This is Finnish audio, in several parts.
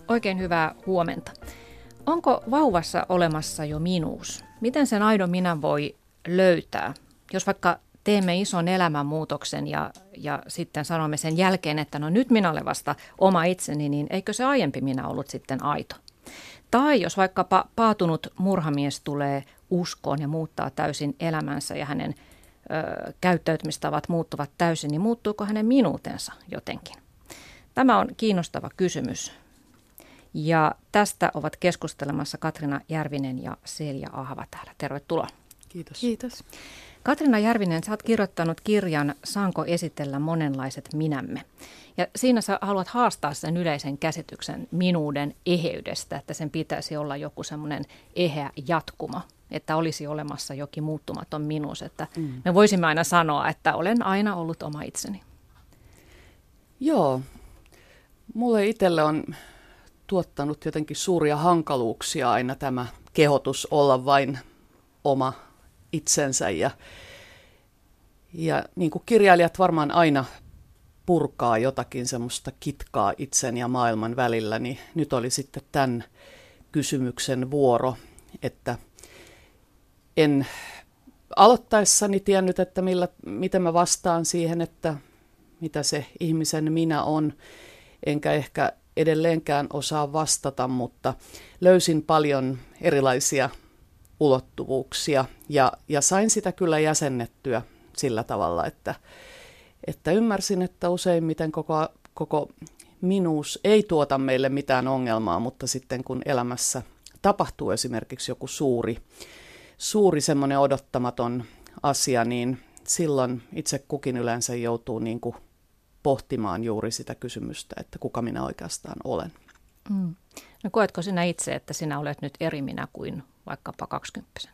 Oikein hyvää huomenta. Onko vauvassa olemassa jo minuus? Miten sen aidon minä voi löytää? Jos vaikka teemme ison elämänmuutoksen ja sitten sanomme sen jälkeen, että no nyt minä olen vasta oma itseni, niin eikö se aiempi minä ollut sitten aito? Tai jos vaikkapa paatunut murhamies tulee uskoon ja muuttaa täysin elämänsä ja hänen käyttäytymistavat muuttuvat täysin, niin muuttuuko hänen minuutensa jotenkin? Tämä on kiinnostava kysymys. Ja tästä ovat keskustelemassa Katriina Järvinen ja Selja Ahava täällä. Tervetuloa. Kiitos. Kiitos. Katriina Järvinen, sä oot kirjoittanut kirjan Saanko esitellä monenlaiset minämme? Ja siinä sä haluat haastaa sen yleisen käsityksen minuuden eheydestä, että sen pitäisi olla joku semmoinen eheä jatkuma, että olisi olemassa jokin muuttumaton minuus, että me voisimme aina sanoa, että olen aina ollut oma itseni. Joo, mulle itselle on tuottanut jotenkin suuria hankaluuksia aina tämä kehotus olla vain oma itsensä. Ja niin kuin kirjailijat varmaan aina purkaa jotakin semmoista kitkaa itsen ja maailman välillä, niin nyt oli sitten tämän kysymyksen vuoro, että en aloittaessani tiennyt, että miten mä vastaan siihen, että mitä se ihmisen minä on, enkä ehkä edelleenkään osaa vastata, mutta löysin paljon erilaisia ulottuvuuksia ja sain sitä kyllä jäsennettyä sillä tavalla, että ymmärsin, että useimmiten koko minuus ei tuota meille mitään ongelmaa, mutta sitten kun elämässä tapahtuu esimerkiksi joku suuri semmoinen odottamaton asia, niin silloin itse kukin yleensä joutuu niin kuin pohtimaan juuri sitä kysymystä, että kuka minä oikeastaan olen. No koetko sinä itse, että sinä olet nyt eri minä kuin vaikkapa 20-vuotiaana?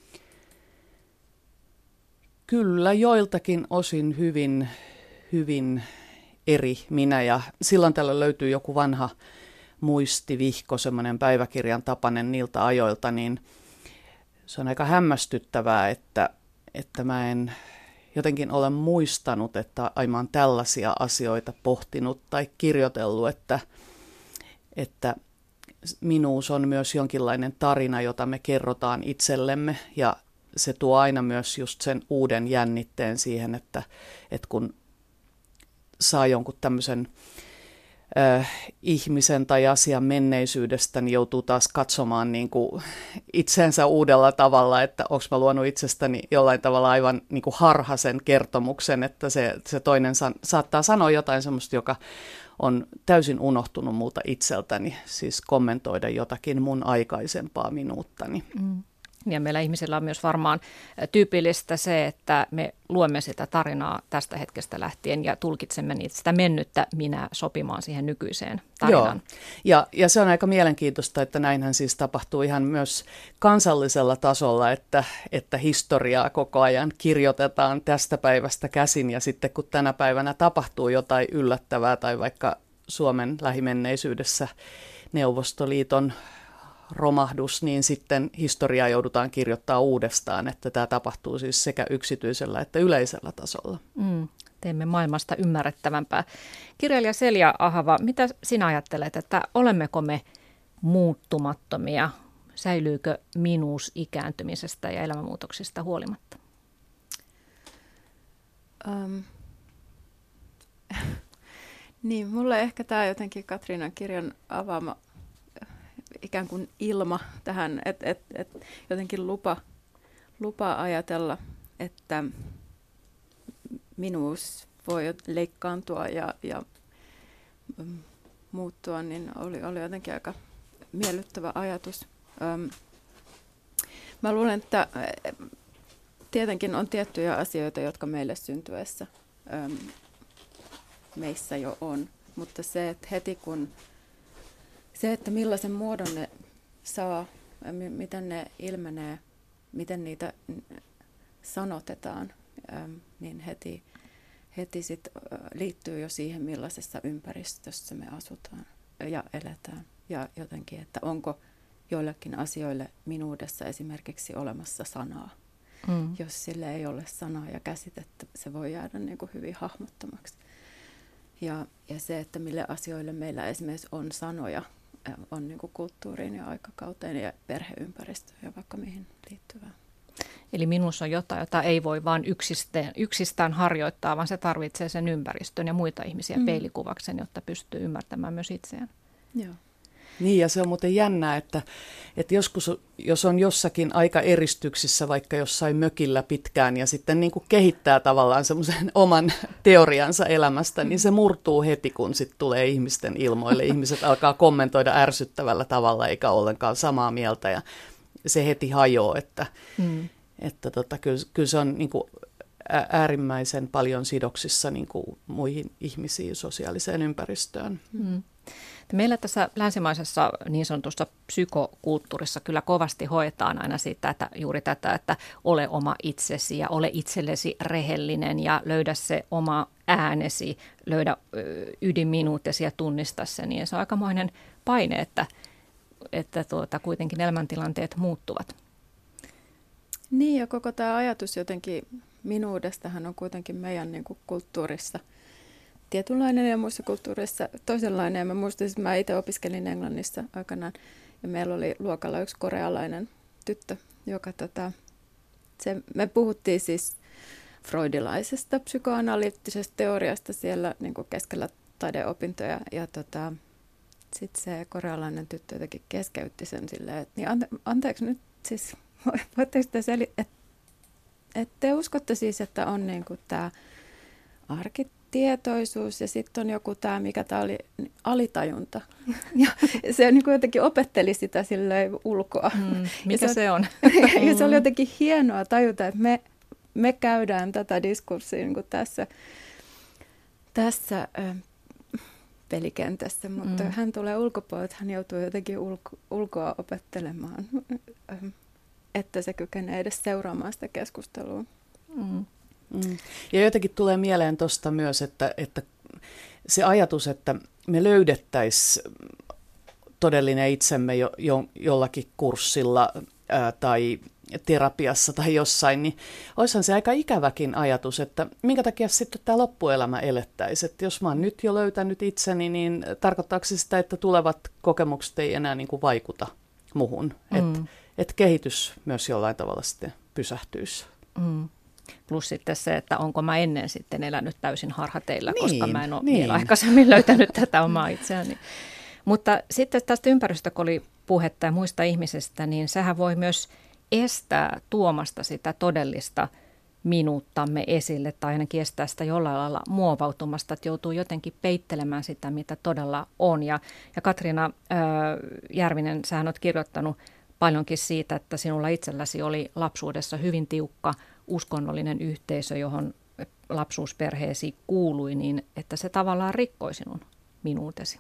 Kyllä, joiltakin osin hyvin eri minä, ja silloin tällä löytyy joku vanha muistivihko, semmoinen päiväkirjan tapainen niiltä ajoilta, niin se on aika hämmästyttävää, että mä en jotenkin ole muistanut, että aivan tällaisia asioita pohtinut tai kirjoitellut, että minuus on myös jonkinlainen tarina, jota me kerrotaan itsellemme, ja se tuo aina myös just sen uuden jännitteen siihen, että kun saa jonkun tämmöisen ihmisen tai asian menneisyydestä, niin joutuu taas katsomaan niin kuin itseensä uudella tavalla, että onko mä luonut itsestäni jollain tavalla aivan niin kuin harhaisen kertomuksen, että se toinen saattaa sanoa jotain semmoista, joka on täysin unohtunut multa itseltäni, siis kommentoida jotakin mun aikaisempaa minuuttani. Ja meillä ihmisillä on myös varmaan tyypillistä se, että me luemme sitä tarinaa tästä hetkestä lähtien ja tulkitsemme sitä mennyttä minä sopimaan siihen nykyiseen tarinaan. Joo, ja se on aika mielenkiintoista, että näinhän siis tapahtuu ihan myös kansallisella tasolla, että historiaa koko ajan kirjoitetaan tästä päivästä käsin, ja sitten kun tänä päivänä tapahtuu jotain yllättävää tai vaikka Suomen lähimenneisyydessä Neuvostoliiton romahdus, niin sitten historiaa joudutaan kirjoittaa uudestaan, että tämä tapahtuu siis sekä yksityisellä että yleisellä tasolla. Teemme maailmasta ymmärrettävämpää. Kirjailija Selja Ahava, mitä sinä ajattelet, että olemmeko me muuttumattomia? Säilyykö minuus ikääntymisestä ja elämänmuutoksista huolimatta? Niin, mulle ehkä tämä jotenkin Katriinan kirjan avaama ikään kuin ilma tähän, että jotenkin lupa ajatella, että minuus voi leikkaantua ja muuttua, niin oli jotenkin aika miellyttävä ajatus. Mä luulen, että tietenkin on tiettyjä asioita, jotka meille syntyessä meissä jo on, mutta se, että heti kun että millaisen muodon ne saa, miten ne ilmenee, miten niitä sanotetaan, niin heti sit liittyy jo siihen, millaisessa ympäristössä me asutaan ja eletään. Ja jotenkin, että onko joillekin asioille minuudessa esimerkiksi olemassa sanaa. Jos sille ei ole sanaa ja käsitettä, se voi jäädä niin kuin hyvin hahmottomaksi. Ja se, että mille asioille meillä esimerkiksi on sanoja, on niin kuin kulttuuriin ja aikakauteen ja perheympäristöön ja vaikka mihin liittyvää. Eli minussa on jotain, jota ei voi vaan yksistään harjoittaa, vaan se tarvitsee sen ympäristön ja muita ihmisiä peilikuvakseen, jotta pystyy ymmärtämään myös itseään. Joo. Niin, ja se on muuten jännää, että joskus, jos on jossakin aika eristyksissä, vaikka jossain mökillä pitkään, ja sitten niin kuin kehittää tavallaan semmoisen oman teoriansa elämästä, niin se murtuu heti, kun sitten tulee ihmisten ilmoille. Ihmiset alkaa kommentoida ärsyttävällä tavalla, eikä ollenkaan samaa mieltä, ja se heti hajoaa, että kyllä se on niin kuin äärimmäisen paljon sidoksissa niin kuin muihin ihmisiin, sosiaaliseen ympäristöön. Meillä tässä länsimaisessa niin sanotussa psykokulttuurissa kyllä kovasti hoetaan aina siitä, että juuri tätä, että ole oma itsesi ja ole itsellesi rehellinen ja löydä se oma äänesi, löydä ydinminuutesi ja tunnista se. Niin se on aikamoinen paine, että kuitenkin elämäntilanteet muuttuvat. Niin, ja koko tämä ajatus jotenkin minuudestahan on kuitenkin meidän niin kuin kulttuurissa tietynlainen ja muissa kulttuureissa toisenlainen. Ja mä muistan, että mä itse opiskelin Englannissa aikanaan ja meillä oli luokalla yksi korealainen tyttö, joka me puhuttiin siis freudilaisesta psykoanalyyttisesta teoriasta siellä niin kuin keskellä taideopintoja ja sitten se korealainen tyttö jotenkin keskeytti sen silleen, että niin anteeksi nyt siis, voitteko te selittää, että te uskotte siis, että on niin kuin tämä arkitietoisuus ja sitten on joku tämä, mikä tämä oli, alitajunta. Ja se niin kuin jotenkin opetteli sitä silleen ulkoa. Mikä se on? Ja se oli jotenkin hienoa tajuta, että me käydään tätä diskurssia niin kuin tässä pelikentässä, mutta hän tulee ulkopuolelta, hän joutuu jotenkin ulkoa opettelemaan, että se kykenee edes seuraamaan sitä keskustelua. Ja jotenkin tulee mieleen tuosta myös, että se ajatus, että me löydettäisiin todellinen itsemme jollakin kurssilla tai terapiassa tai jossain, niin olisihan se aika ikäväkin ajatus, että minkä takia sitten tämä loppuelämä elettäisiin. Että jos mä oon nyt jo löytänyt itseni, niin tarkoittaako se sitä, että tulevat kokemukset ei enää niin kuin vaikuta muhun. Että kehitys myös jollain tavalla sitten pysähtyisi. Plus sitten se, että onko mä ennen sitten elänyt täysin harhateillä, koska mä en ole vielä aikaisemmin löytänyt tätä omaa itseäni. Mutta sitten tästä ympäristöstä, kun oli puhetta ja muista ihmisistä, niin sehän voi myös estää tuomasta sitä todellista minuuttamme esille tai ainakin estää sitä jollain lailla muovautumasta, että joutuu jotenkin peittelemään sitä, mitä todella on. Ja Katriina Järvinen, sähän olet kirjoittanut paljonkin siitä, että sinulla itselläsi oli lapsuudessa hyvin tiukka uskonnollinen yhteisö, johon lapsuusperheesi kuului, niin että se tavallaan rikkoi sinun minuutesi.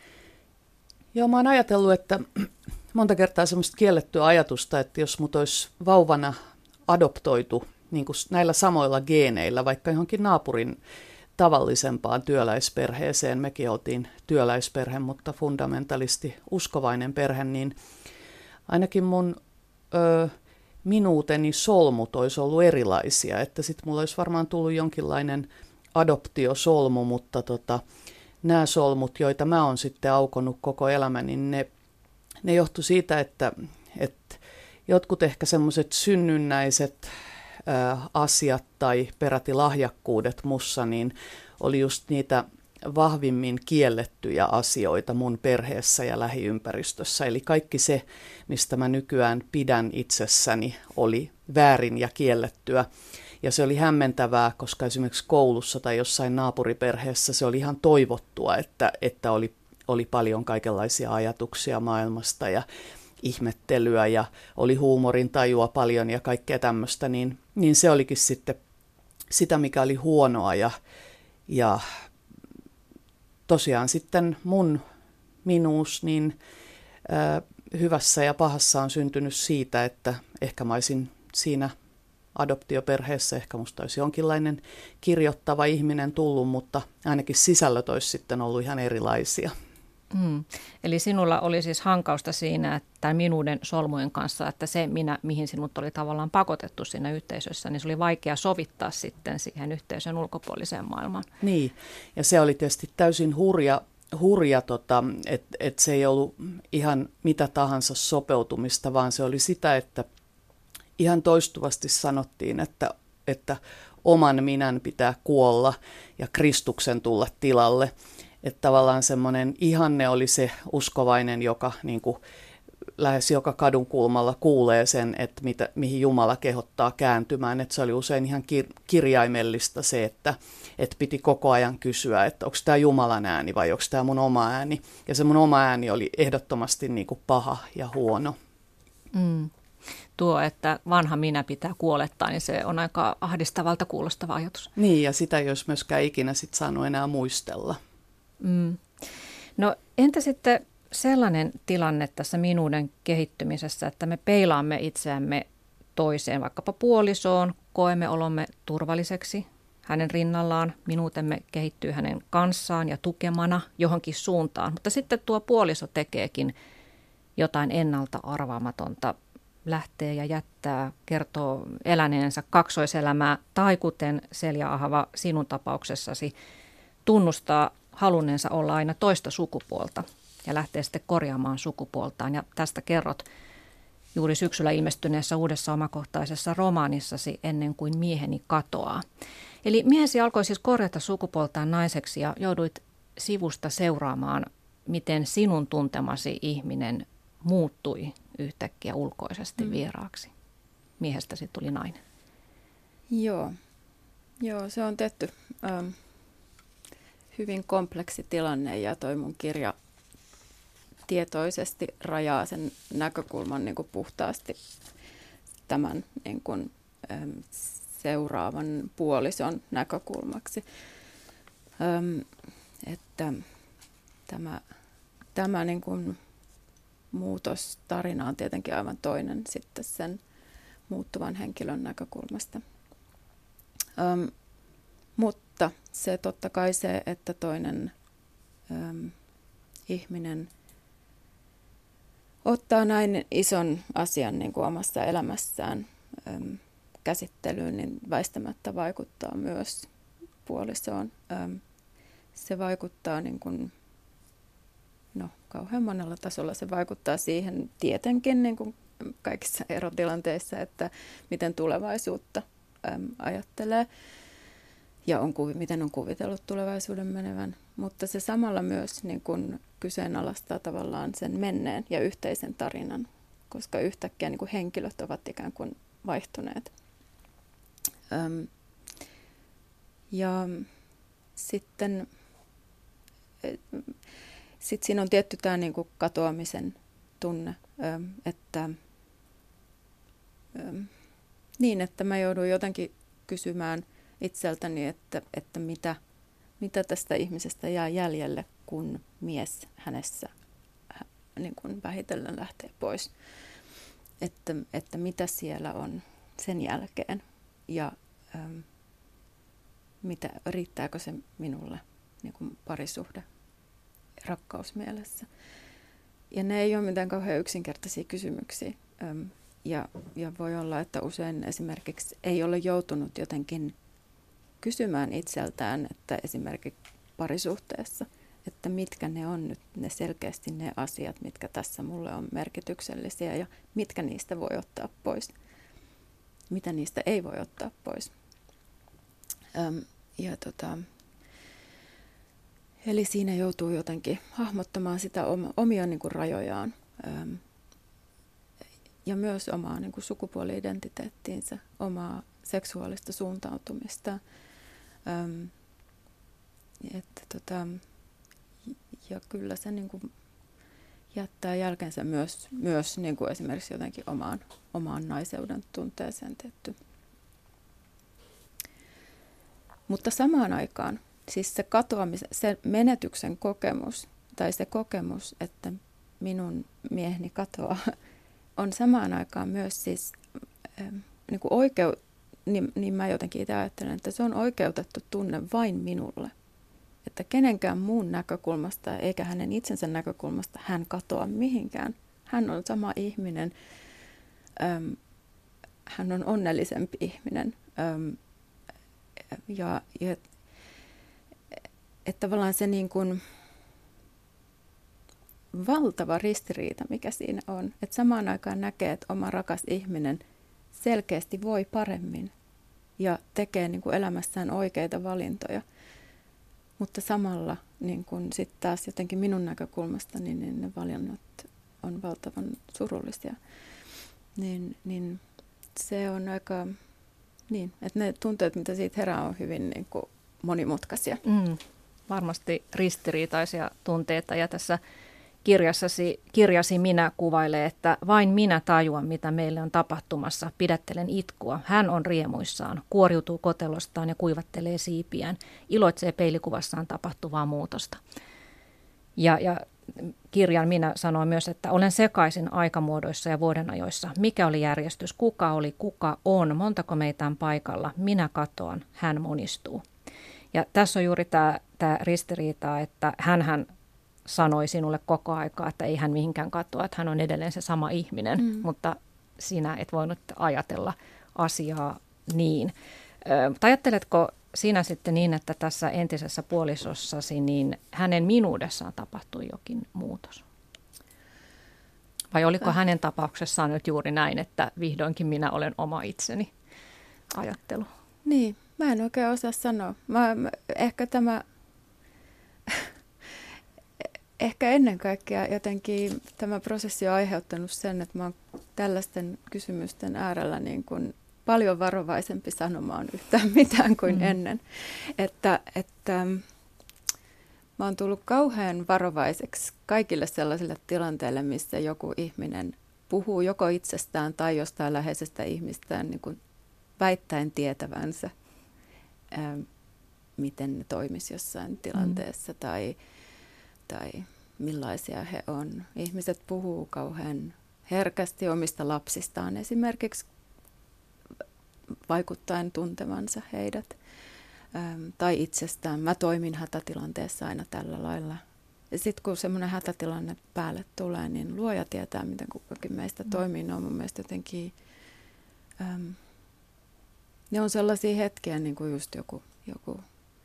Joo, mä oon ajatellut, että monta kertaa semmoista kiellettyä ajatusta, että jos mut olisi vauvana adoptoitu niin kuin näillä samoilla geeneillä, vaikka johonkin naapurin tavallisempaan työläisperheeseen, mekin oltiin työläisperhe, mutta fundamentalisti uskovainen perhe, niin ainakin mun minuuteni solmut olisi ollut erilaisia, että sitten mulla olisi varmaan tullut jonkinlainen adoptiosolmu, mutta nämä solmut, joita mä oon sitten aukonut koko elämäni, niin ne johtui siitä, että jotkut ehkä semmoiset synnynnäiset asiat tai peräti lahjakkuudet mussa, niin oli just niitä vahvimmin kiellettyjä asioita mun perheessä ja lähiympäristössä. Eli kaikki se, mistä mä nykyään pidän itsessäni, oli väärin ja kiellettyä. Ja se oli hämmentävää, koska esimerkiksi koulussa tai jossain naapuriperheessä se oli ihan toivottua, että oli paljon kaikenlaisia ajatuksia maailmasta ja ihmettelyä ja oli huumorintajua paljon ja kaikkea tämmöistä, niin se olikin sitten sitä, mikä oli huonoa ja tosiaan sitten mun minuus niin hyvässä ja pahassa on syntynyt siitä, että ehkä mä olisin siinä adoptioperheessä, ehkä musta olisi jonkinlainen kirjoittava ihminen tullut, mutta ainakin sisällöt olisi sitten ollut ihan erilaisia. Eli sinulla oli siis hankausta siinä, että minuuden solmujen kanssa, että se minä, mihin sinut oli tavallaan pakotettu siinä yhteisössä, niin se oli vaikea sovittaa sitten siihen yhteisön ulkopuoliseen maailmaan. Niin, ja se oli tietysti täysin hurja, että se ei ollut ihan mitä tahansa sopeutumista, vaan se oli sitä, että ihan toistuvasti sanottiin, että oman minän pitää kuolla ja Kristuksen tulla tilalle. Että tavallaan semmoinen ihanne oli se uskovainen, joka niin kuin lähes joka kadun kulmalla kuulee sen, että mihin Jumala kehottaa kääntymään. Että se oli usein ihan kirjaimellista se, että piti koko ajan kysyä, että onko tämä Jumalan ääni vai onko tämä mun oma ääni. Ja se mun oma ääni oli ehdottomasti niin kuin paha ja huono. Tuo, että vanha minä pitää kuolettaa, niin se on aika ahdistavalta kuulostava ajatus. Niin, ja sitä ei olisi myöskään ikinä sit saanut enää muistella. No entä sitten sellainen tilanne tässä minuuden kehittymisessä, että me peilaamme itseämme toiseen, vaikkapa puolisoon, koemme olomme turvalliseksi hänen rinnallaan, minuutemme kehittyy hänen kanssaan ja tukemana johonkin suuntaan, mutta sitten tuo puoliso tekeekin jotain ennalta arvaamatonta, lähtee ja jättää, kertoo eläneensä kaksoiselämää tai kuten Selja Ahava sinun tapauksessasi tunnustaa halunneensa olla aina toista sukupuolta ja lähtee sitten korjaamaan sukupuoltaan. Ja tästä kerrot juuri syksyllä ilmestyneessä uudessa omakohtaisessa romaanissasi Ennen kuin mieheni katoaa. Eli miehesi alkoi siis korjata sukupuoltaan naiseksi ja jouduit sivusta seuraamaan, miten sinun tuntemasi ihminen muuttui yhtäkkiä ulkoisesti vieraaksi. Miehestäsi tuli nainen. Joo, se on tehty hyvin kompleksi tilanne ja toi mun kirja tietoisesti rajaa sen näkökulman niin kuin puhtaasti tämän niin kuin, seuraavan puolison näkökulmaksi. Että tämä niin kuin muutostarina on tietenkin aivan toinen sitten sen muuttuvan henkilön näkökulmasta. Mutta se totta kai se, että toinen ihminen ottaa näin ison asian niin kuin omassa elämässään käsittelyyn, niin väistämättä vaikuttaa myös puolisoon. Se vaikuttaa niin kuin, kauhean monella tasolla. Se vaikuttaa siihen tietenkin niin kuin kaikissa erotilanteissa, että miten tulevaisuutta ajattelee ja miten on kuvitellut tulevaisuuden menevän. Mutta se samalla myös niin kuin kyseenalaistaa tavallaan sen menneen ja yhteisen tarinan, koska yhtäkkiä niin kuin henkilöt ovat ikään kuin vaihtuneet. Ja sitten siinä on tietty tämä niin kuin katoamisen tunne, että mä joudun jotenkin kysymään itseltäni, että mitä tästä ihmisestä jää jäljelle, kun mies hänessä niin kuin vähitellen lähtee pois. Että mitä siellä on sen jälkeen ja riittääkö se minulle niin kuin parisuhde rakkausmielessä. Ja ne ei ole mitään kauhean yksinkertaisia kysymyksiä. Ja voi olla, että usein esimerkiksi ei ole joutunut jotenkin kysymään itseltään, että esimerkiksi parisuhteessa, että mitkä ne on nyt ne selkeästi ne asiat, mitkä tässä mulle on merkityksellisiä ja mitkä niistä voi ottaa pois. Mitä niistä ei voi ottaa pois. Eli siinä joutuu jotenkin hahmottamaan sitä omia niin kuin rajojaan ja myös omaa niin kuin sukupuoli-identiteettiinsä, omaa seksuaalista suuntautumista. Ja kyllä se niin kuin jättää jälkensä myös niin kuin esimerkiksi jotenkin omaan naiseuden tunteeseen tietty. Mutta samaan aikaan siis se menetyksen kokemus tai se kokemus, että minun mieheni katoaa, on samaan aikaan myös siis niin kuin niin mä jotenkin itse ajattelen, että se on oikeutettu tunne vain minulle. Että kenenkään muun näkökulmasta eikä hänen itsensä näkökulmasta hän katoa mihinkään. Hän on sama ihminen, hän on onnellisempi ihminen ja että tavallaan se niin kuin, valtava ristiriita, mikä siinä on. Että samaan aikaan näkee, että oma rakas ihminen selkeästi voi paremmin ja tekee niin kuin elämässään oikeita valintoja. Mutta samalla niin kun sit taas jotenkin minun näkökulmasta niin ne valinnat on valtavan surullisia. Niin se on aika, niin, että ne tunteet, mitä siitä herää, on hyvin niin kuin monimutkaisia. Varmasti ristiriitaisia tunteita, ja tässä kirjasi minä kuvailee, että vain minä tajuan, mitä meille on tapahtumassa. Pidättelen itkua. Hän on riemuissaan, kuoriutuu kotelostaan ja kuivattelee siipiään, iloitsee peilikuvassaan tapahtuvaa muutosta. Ja kirjan minä sanoin myös, että olen sekaisin aikamuodoissa ja vuodenajoissa. Mikä oli järjestys? Kuka oli? Kuka on? Montako meitä on paikalla? Minä katoan. Hän monistuu. Ja tässä on juuri tämä ristiriita, että hänhän sanoi sinulle koko aikaa, että ei hän mihinkään katoa, että hän on edelleen se sama ihminen, mutta sinä et voinut ajatella asiaa niin. Ajatteletko sinä sitten niin, että tässä entisessä puolisossasi, niin hänen minuudessaan tapahtui jokin muutos? Vai oliko hänen tapauksessaan nyt juuri näin, että vihdoinkin minä olen oma itseni ajattelu? Niin, mä en oikein osaa sanoa. Ehkä ennen kaikkea jotenkin tämä prosessi on aiheuttanut sen, että mä oon tällaisten kysymysten äärellä niin kuin paljon varovaisempi sanomaan yhtään mitään kuin ennen. Että mä oon tullut kauhean varovaiseksi kaikille sellaisille tilanteille, missä joku ihminen puhuu joko itsestään tai jostain läheisestä ihmistään niin kuin väittäen tietävänsä, miten ne toimisi jossain tilanteessa tai millaisia he on. Ihmiset puhuu kauhean herkästi omista lapsistaan esimerkiksi vaikuttaen tuntevansa heidät tai itsestään. Mä toimin hätätilanteessa aina tällä lailla. Ja sitten kun semmoinen hätätilanne päälle tulee, niin luoja tietää, miten kukakin meistä toimii. Ne on mun mielestä jotenkin, ne on sellaisia hetkiä, niin kuin just joku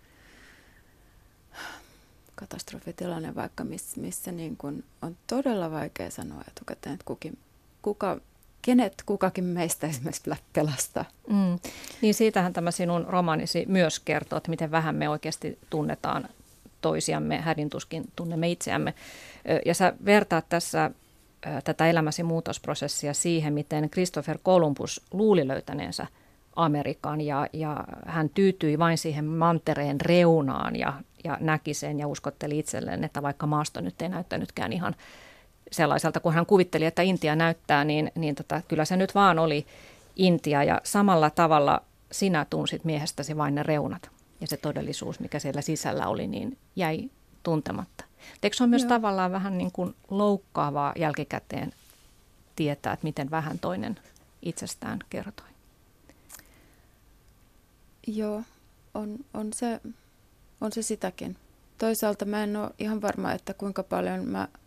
katastrofitilanne vaikka, missä niin kuin on todella vaikea sanoa etukäteen, että kenet kukakin meistä esimerkiksi pelastaa. Niin siitähän tämä sinun romaanisi myös kertoo, että miten vähän me oikeasti tunnetaan toisiamme, hädintuskin tunnemme itseämme. Ja sä vertaat tässä tätä elämäsi muutosprosessia siihen, miten Christopher Columbus luuli löytäneensä Amerikan ja hän tyytyi vain siihen mantereen reunaan ja näki sen ja uskotteli itselleen, että vaikka maasto nyt ei näyttänytkään ihan sellaiselta, kun hän kuvitteli, että Intia näyttää, niin kyllä se nyt vaan oli Intia ja samalla tavalla sinä tunsit miehestäsi vain ne reunat ja se todellisuus, mikä siellä sisällä oli, niin jäi tuntematta. Eikö se ole myös tavallaan vähän niin kuin loukkaavaa jälkikäteen tietää, että miten vähän toinen itsestään kertoi? Joo, on se sitäkin. Toisaalta mä en ole ihan varma, että kuinka paljon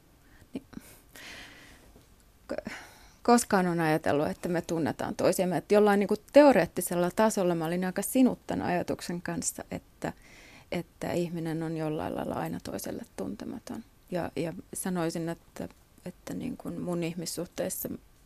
koskaan on ajatellut, että me tunnetaan toisiamme. Että jollain niin kuin teoreettisella tasolla mä olin aika sinut ajatuksen kanssa, että ihminen on jollain lailla aina toiselle tuntematon. Ja sanoisin, että niin kuin mun ihmissuhteissa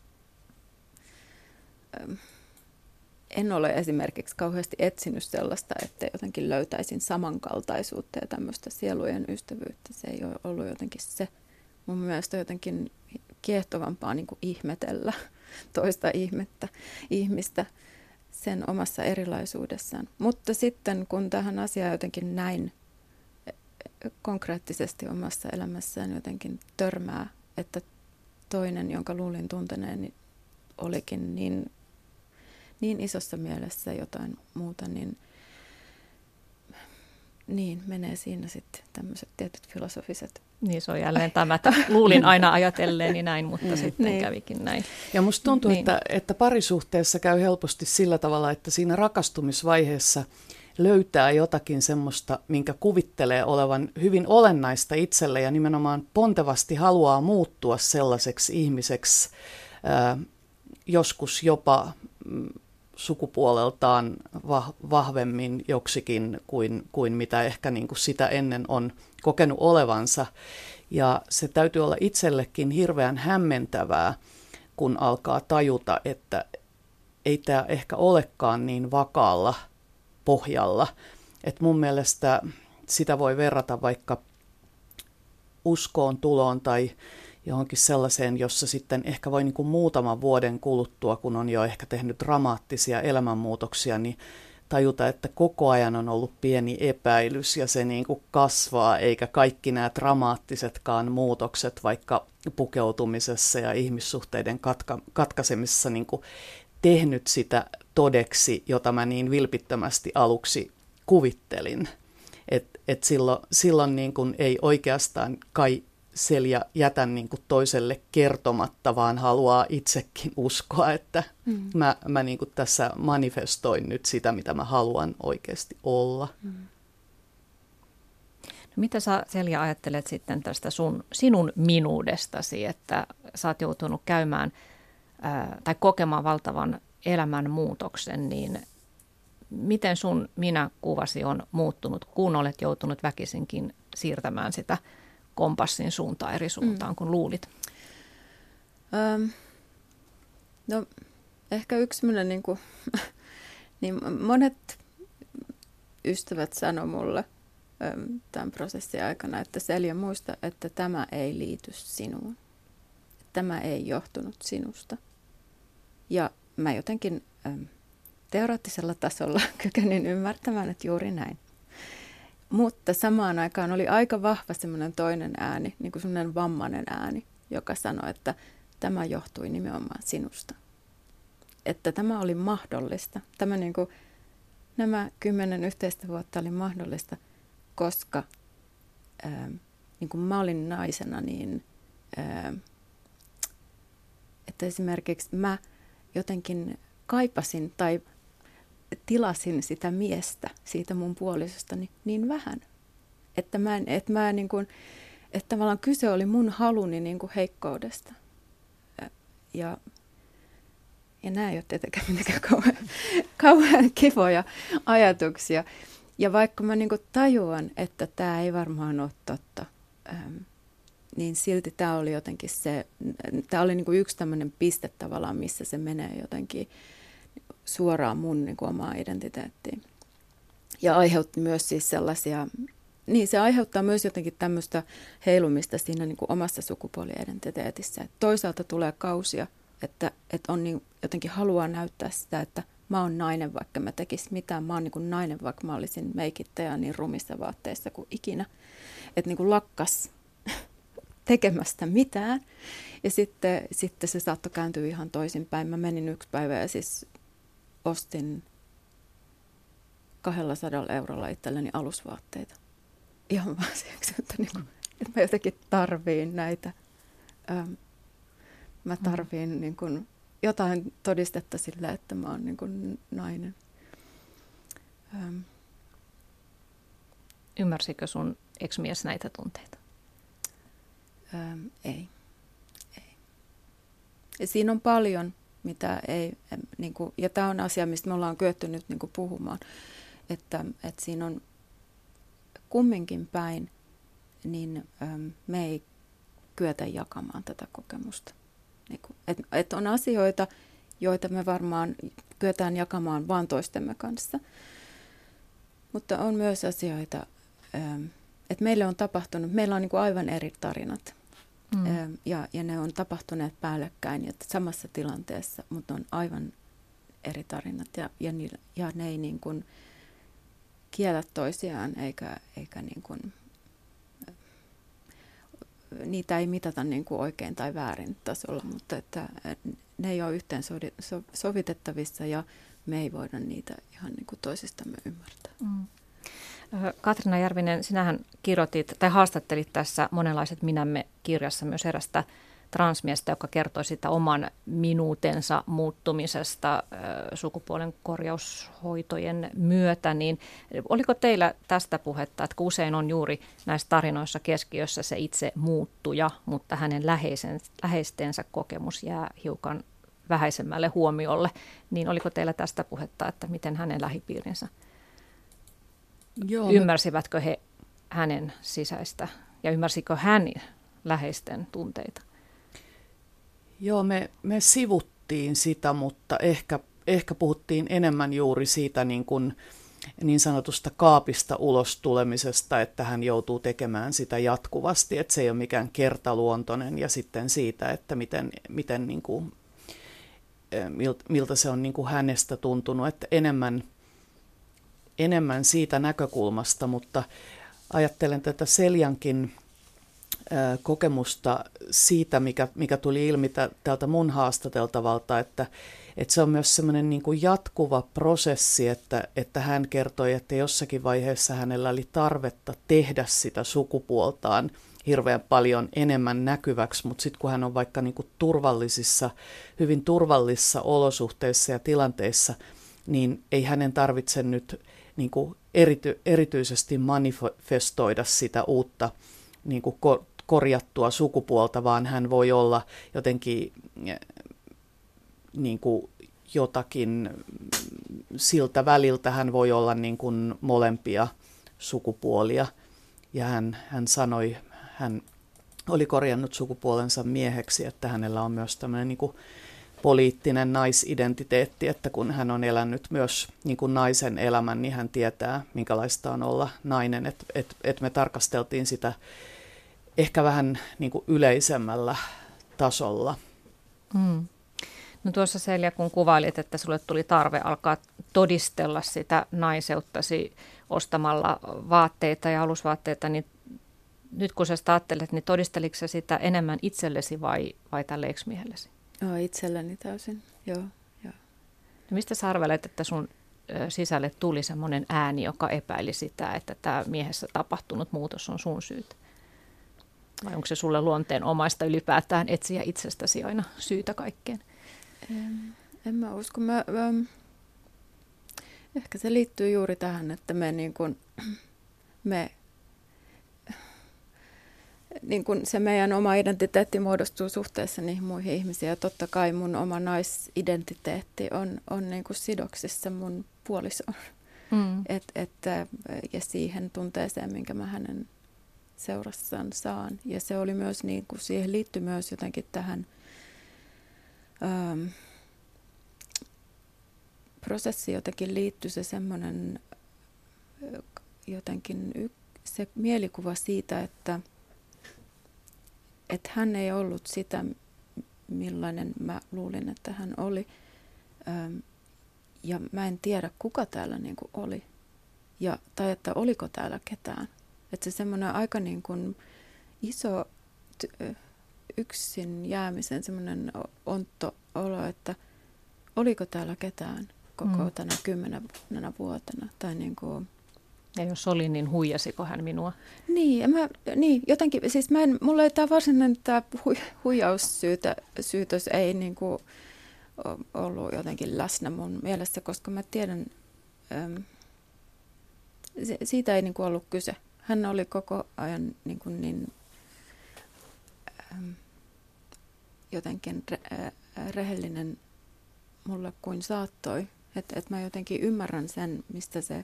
en ole esimerkiksi kauheasti etsinyt sellaista, että jotenkin löytäisin samankaltaisuutta ja tämmöistä sielujen ystävyyttä. Se ei ole ollut jotenkin se. Mun mielestä jotenkin kiehtovampaa niin kuin ihmetellä toista ihmistä sen omassa erilaisuudessaan. Mutta sitten kun tähän asiaan jotenkin näin konkreettisesti omassa elämässään jotenkin törmää, että toinen, jonka luulin tunteneeni, olikin niin isossa mielessä jotain muuta, niin menee siinä sitten tämmöiset tietyt filosofiset. Niin se on jälleen tämä, että luulin aina ajatelleeni näin, mutta sitten kävikin näin. Ja musta tuntuu, että parisuhteessa käy helposti sillä tavalla, että siinä rakastumisvaiheessa löytää jotakin semmoista, minkä kuvittelee olevan hyvin olennaista itselle ja nimenomaan pontevasti haluaa muuttua sellaiseksi ihmiseksi, joskus jopa sukupuoleltaan vahvemmin joksikin kuin mitä ehkä niin kuin sitä ennen on kokenut olevansa. Ja se täytyy olla itsellekin hirveän hämmentävää, kun alkaa tajuta, että ei tämä ehkä olekaan niin vakaalla pohjalla. Et mun mielestä sitä voi verrata vaikka uskoon tuloon tai johonkin sellaiseen, jossa sitten ehkä voi niin kuin muutaman vuoden kuluttua, kun on jo ehkä tehnyt dramaattisia elämänmuutoksia, niin tajuta, että koko ajan on ollut pieni epäilys ja se niin kuin kasvaa, eikä kaikki nämä dramaattisetkaan muutokset vaikka pukeutumisessa ja ihmissuhteiden katkaisemisessa niin kuin tehnyt sitä todeksi, jota mä niin vilpittömästi aluksi kuvittelin. Et silloin niin kuin ei oikeastaan kai Selja jätä niin kuin toiselle kertomatta, vaan haluaa itsekin uskoa, että mä niin kuin tässä manifestoin nyt sitä, mitä mä haluan oikeasti olla. No, mitä sä, Selja, ajattelet sitten tästä sinun minuudestasi, että sä oot joutunut käymään tai kokemaan valtavan elämänmuutoksen, niin miten sun minäkuvasi on muuttunut, kun olet joutunut väkisinkin siirtämään sitä kompassin suuntaan eri suuntaan kuin luulit? No ehkä yksi niin kuin, niin monet ystävät sanoi mulle tämän prosessin aikana, että Selja, muista, että tämä ei liity sinuun. Tämä ei johtunut sinusta. Ja mä jotenkin teoreettisella tasolla kykenin ymmärtämään, että juuri näin. Mutta samaan aikaan oli aika vahva semmoinen toinen ääni, niin kuin semmoinen vammainen ääni, joka sanoi, että tämä johtui nimenomaan sinusta. Että tämä oli mahdollista. Tämä niin kuin, nämä 10 yhteistä vuotta oli mahdollista, koska niin kuin mä olin naisena, niin että esimerkiksi mä jotenkin kaipasin tai tilasin sitä miestä siitä mun puolisostani niin vähän, että että tavallaan kyse oli mun haluni niin kuin heikkoudesta. Ja nämä ei ole tietenkään mitenkään kauhean kivoja ajatuksia. Ja vaikka mä niin kuin tajuan, että tämä ei varmaan ole totta, niin silti tämä oli jotenkin tämä oli niin kuin yksi tämmöinen piste tavallaan, missä se menee jotenkin suoraan mun niin kuin omaan identiteettiin. Ja aiheutti myös siis sellaisia, niin se aiheuttaa myös jotenkin tämmöistä heilumista siinä niin kuin omassa sukupuoli-identiteetissä. Et toisaalta tulee kausia, että on niin, jotenkin haluaa näyttää sitä, että mä oon nainen, vaikka mä tekisin mitään. Mä oon niin kuin nainen, vaikka mä olisin meikittäjä niin rumissa vaatteissa kuin ikinä. Että niin kuin lakkas tekemästä mitään. Ja sitten se saattoi kääntyä ihan toisinpäin. Mä menin yksi päivä ja siis ostin 200 eurolla itselleni alusvaatteita. Ihan vaan siksi, että mä jotenkin tarviin näitä. Mä tarviin niin kuin jotain todistetta sille, että mä oon niin kuin nainen. Ymmärsikö sun ex-mies näitä tunteita? Ei. Ja siinä on paljon, mitä ei, niin kuin, ja tämä on asia, mistä me ollaan kyetty nyt niin kuin puhumaan, että siinä on kumminkin päin, niin me ei kyetä jakamaan tätä kokemusta. Niin että on asioita, joita me varmaan kyetään jakamaan vaan toistemme kanssa, mutta on myös asioita, että meille on tapahtunut, meillä on niin kuin aivan eri tarinat. Ja ne on tapahtuneet päällekkäin ja samassa tilanteessa, mutta on aivan eri tarinat ja ne ei niin kuin kiellä toisiaan eikä niin kuin, niitä ei mitata niin kuin oikein tai väärin tasolla, mutta että ne ei ole yhteen sovitettavissa ja me ei voida niitä ihan niin kuin toisistamme ymmärtää. Katriina Järvinen, sinähän kirjoitit tai haastattelit tässä Monenlaiset minämme -kirjassa myös erästä transmiestä, joka kertoi sitä oman minuutensa muuttumisesta sukupuolen korjaushoitojen myötä. Niin oliko teillä tästä puhetta, että usein on juuri näissä tarinoissa keskiössä se itse muuttuja, mutta hänen läheistensä kokemus jää hiukan vähäisemmälle huomiolle. Niin oliko teillä tästä puhetta, että miten hänen lähipiirinsä? Joo, ymmärsivätkö he hänen sisäistä ja ymmärsikö hän läheisten tunteita? Joo, me sivuttiin sitä, mutta ehkä puhuttiin enemmän juuri siitä niin sanotusta kaapista ulos tulemisesta, että hän joutuu tekemään sitä jatkuvasti, että se ei ole mikään kertaluontoinen, ja sitten siitä, että miten niin kuin, miltä se on niin kuin hänestä tuntunut, että enemmän siitä näkökulmasta, mutta ajattelen tätä Seljankin kokemusta siitä, mikä tuli ilmi tältä mun haastateltavalta, että se on myös semmoinen niin kuin jatkuva prosessi, että hän kertoi, että jossakin vaiheessa hänellä oli tarvetta tehdä sitä sukupuoltaan hirveän paljon enemmän näkyväksi, mutta sitten kun hän on vaikka niin kuin hyvin turvallisissa olosuhteissa ja tilanteissa, niin ei hänen tarvitse nyt niin kuin erityisesti manifestoida sitä uutta niin kuin korjattua sukupuolta, vaan hän voi olla jotenkin niin kuin jotakin siltä väliltä, hän voi olla niin kuin molempia sukupuolia. Ja hän sanoi, hän oli korjannut sukupuolensa mieheksi, että hänellä on myös tämmöinen niin kuin poliittinen naisidentiteetti, että kun hän on elänyt myös niin kuin naisen elämän, niin hän tietää, minkälaista on olla nainen. Et me tarkasteltiin sitä ehkä vähän niin kuin yleisemmällä tasolla. Mm. No tuossa Selja, kun kuvailit, että sulle tuli tarve alkaa todistella sitä naiseuttasi ostamalla vaatteita ja alusvaatteita, niin nyt kun sä sitä ajattelet, niin todisteliko sä sitä enemmän itsellesi vai tälle ex-miehellesi? Joo, itselleni täysin, joo. No mistä sä arvelet, että sun sisälle tuli semmoinen ääni, joka epäili sitä, että tämä miehessä tapahtunut muutos on sun syytä? Vai onko se sulle luonteen omaista ylipäätään etsiä itsestäsi aina syytä kaikkeen? En mä usko. Ehkä se liittyy juuri tähän, että me se meidän oma identiteetti muodostuu suhteessa niihin muihin ihmisiin. Ja totta kai mun oma naisidentiteetti on niin kuin sidoksissa mun puolisoon. Ja siihen tunteeseen, minkä mä hänen seurassaan saan. Ja se oli myös, niin kuin siihen liittyi myös jotenkin tähän prosessiin jotenkin liittyi se semmoinen jotenkin se mielikuva siitä, että hän ei ollut sitä, millainen mä luulin, että hän oli. Ja mä en tiedä, kuka täällä niin kuin oli. Tai että oliko täällä ketään. Että se semmoinen aika niin kuin iso yksin jäämisen semmoinen ontto olo, että oliko täällä ketään koko tänä 10 vuotena. Tai niin kuin. Ja jos oli, niin huijasiko hän minua? Niin, jotenkin, siis mulla ei tämä varsinainen huijaussyytös ei niin kuin ollut jotenkin läsnä mun mielessä, koska mä tiedän, siitä ei niin kuin ollut kyse. Hän oli koko ajan jotenkin rehellinen mulle kuin saattoi. Että mä jotenkin ymmärrän sen, mistä se.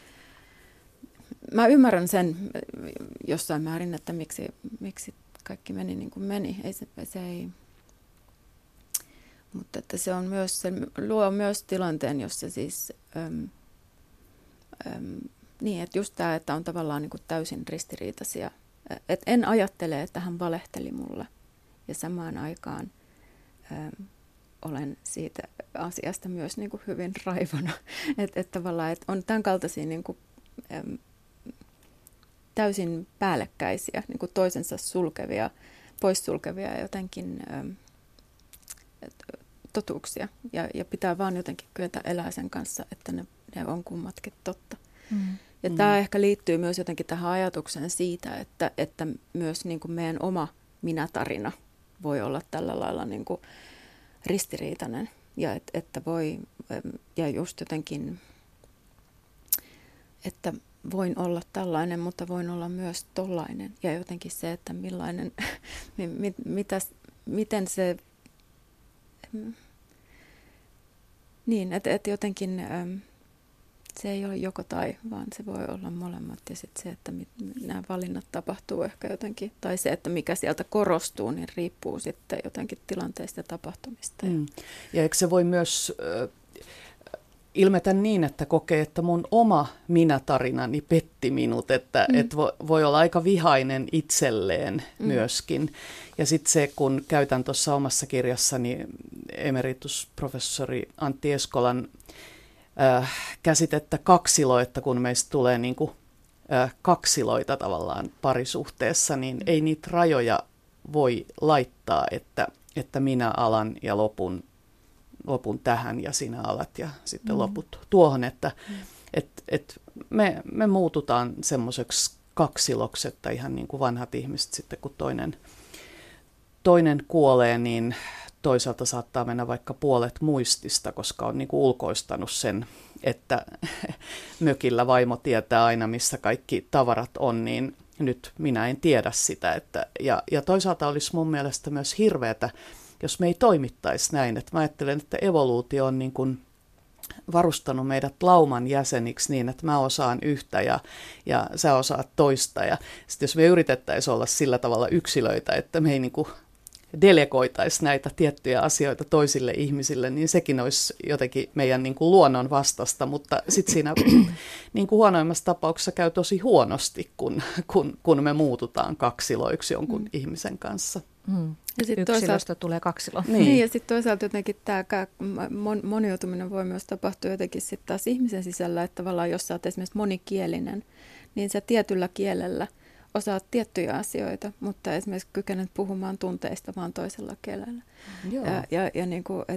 Mä ymmärrän sen jossain määrin, että miksi kaikki meni niin kuin meni. Mutta että se on myös, se luo myös tilanteen, jossa siis niin, että just tämä, että on tavallaan niin kuin täysin ristiriitaisia. Et en ajattele, että hän valehteli mulle ja samaan aikaan olen siitä asiasta myös niin kuin hyvin raivona. Että tavallaan että on tämän kaltaisia niin kuin, täysin päällekkäisiä, niin kuin toisensa poissulkevia jotenkin totuuksia. Ja pitää vaan jotenkin kyetä elää sen kanssa, että ne on kummatkin totta. Ja tämä ehkä liittyy myös jotenkin tähän ajatukseen siitä, että myös niin kuin meidän oma minätarina voi olla tällä lailla niin kuin ristiriitainen. Ja että voi, ja just jotenkin, että voin olla tällainen, mutta voin olla myös tollainen. Ja jotenkin se, että millainen, miten se, niin, että jotenkin se ei ole joko tai, vaan se voi olla molemmat. Ja sitten se, että nämä valinnat tapahtuu ehkä jotenkin, tai se, että mikä sieltä korostuu, niin riippuu sitten jotenkin tilanteista ja tapahtumista. Ja eikö se voi myös ilmetä niin, että kokee, että mun oma minä-tarinani petti minut, että voi olla aika vihainen itselleen myöskin. Ja sitten se, kun käytän tuossa omassa kirjassani emeritusprofessori Antti Eskolan käsitettä kaksilo, että kun meistä tulee niin kuin, kaksiloita tavallaan parisuhteessa, niin ei niitä rajoja voi laittaa, että minä alan ja lopun tähän ja sinä alat ja sitten loput tuohon, että me muututaan semmoiseksi kaksiloksi, että ihan niin kuin vanhat ihmiset sitten, kun toinen kuolee, niin toisaalta saattaa mennä vaikka puolet muistista, koska on niin kuin ulkoistanut sen, että mökillä vaimo tietää aina, missä kaikki tavarat on, niin nyt minä en tiedä sitä. Ja toisaalta olisi mun mielestä myös hirveätä, jos me ei toimittaisi näin. Että mä ajattelen, että evoluutio on niin kuin varustanut meidät lauman jäseniksi niin, että mä osaan yhtä ja sä osaat toista. Ja sitten jos me yritettäisiin olla sillä tavalla yksilöitä, että me ei niin kuin delegoitaisi näitä tiettyjä asioita toisille ihmisille, niin sekin olisi jotenkin meidän niin kuin luonnon vastasta, mutta sitten siinä niin kuin huonoimmassa tapauksessa käy tosi huonosti, kun me muututaan kaksiloiksi jonkun ihmisen kanssa. Ja yksilöstä tulee kaksilo. Niin, ja sitten toisaalta jotenkin tämä moniutuminen voi myös tapahtua jotenkin sitten taas ihmisen sisällä, että tavallaan jos sä oot esimerkiksi monikielinen, niin sä tietyllä kielellä osaat tiettyjä asioita, mutta esimerkiksi kykenet puhumaan tunteista vaan toisella kielellä. Ja niin kuin,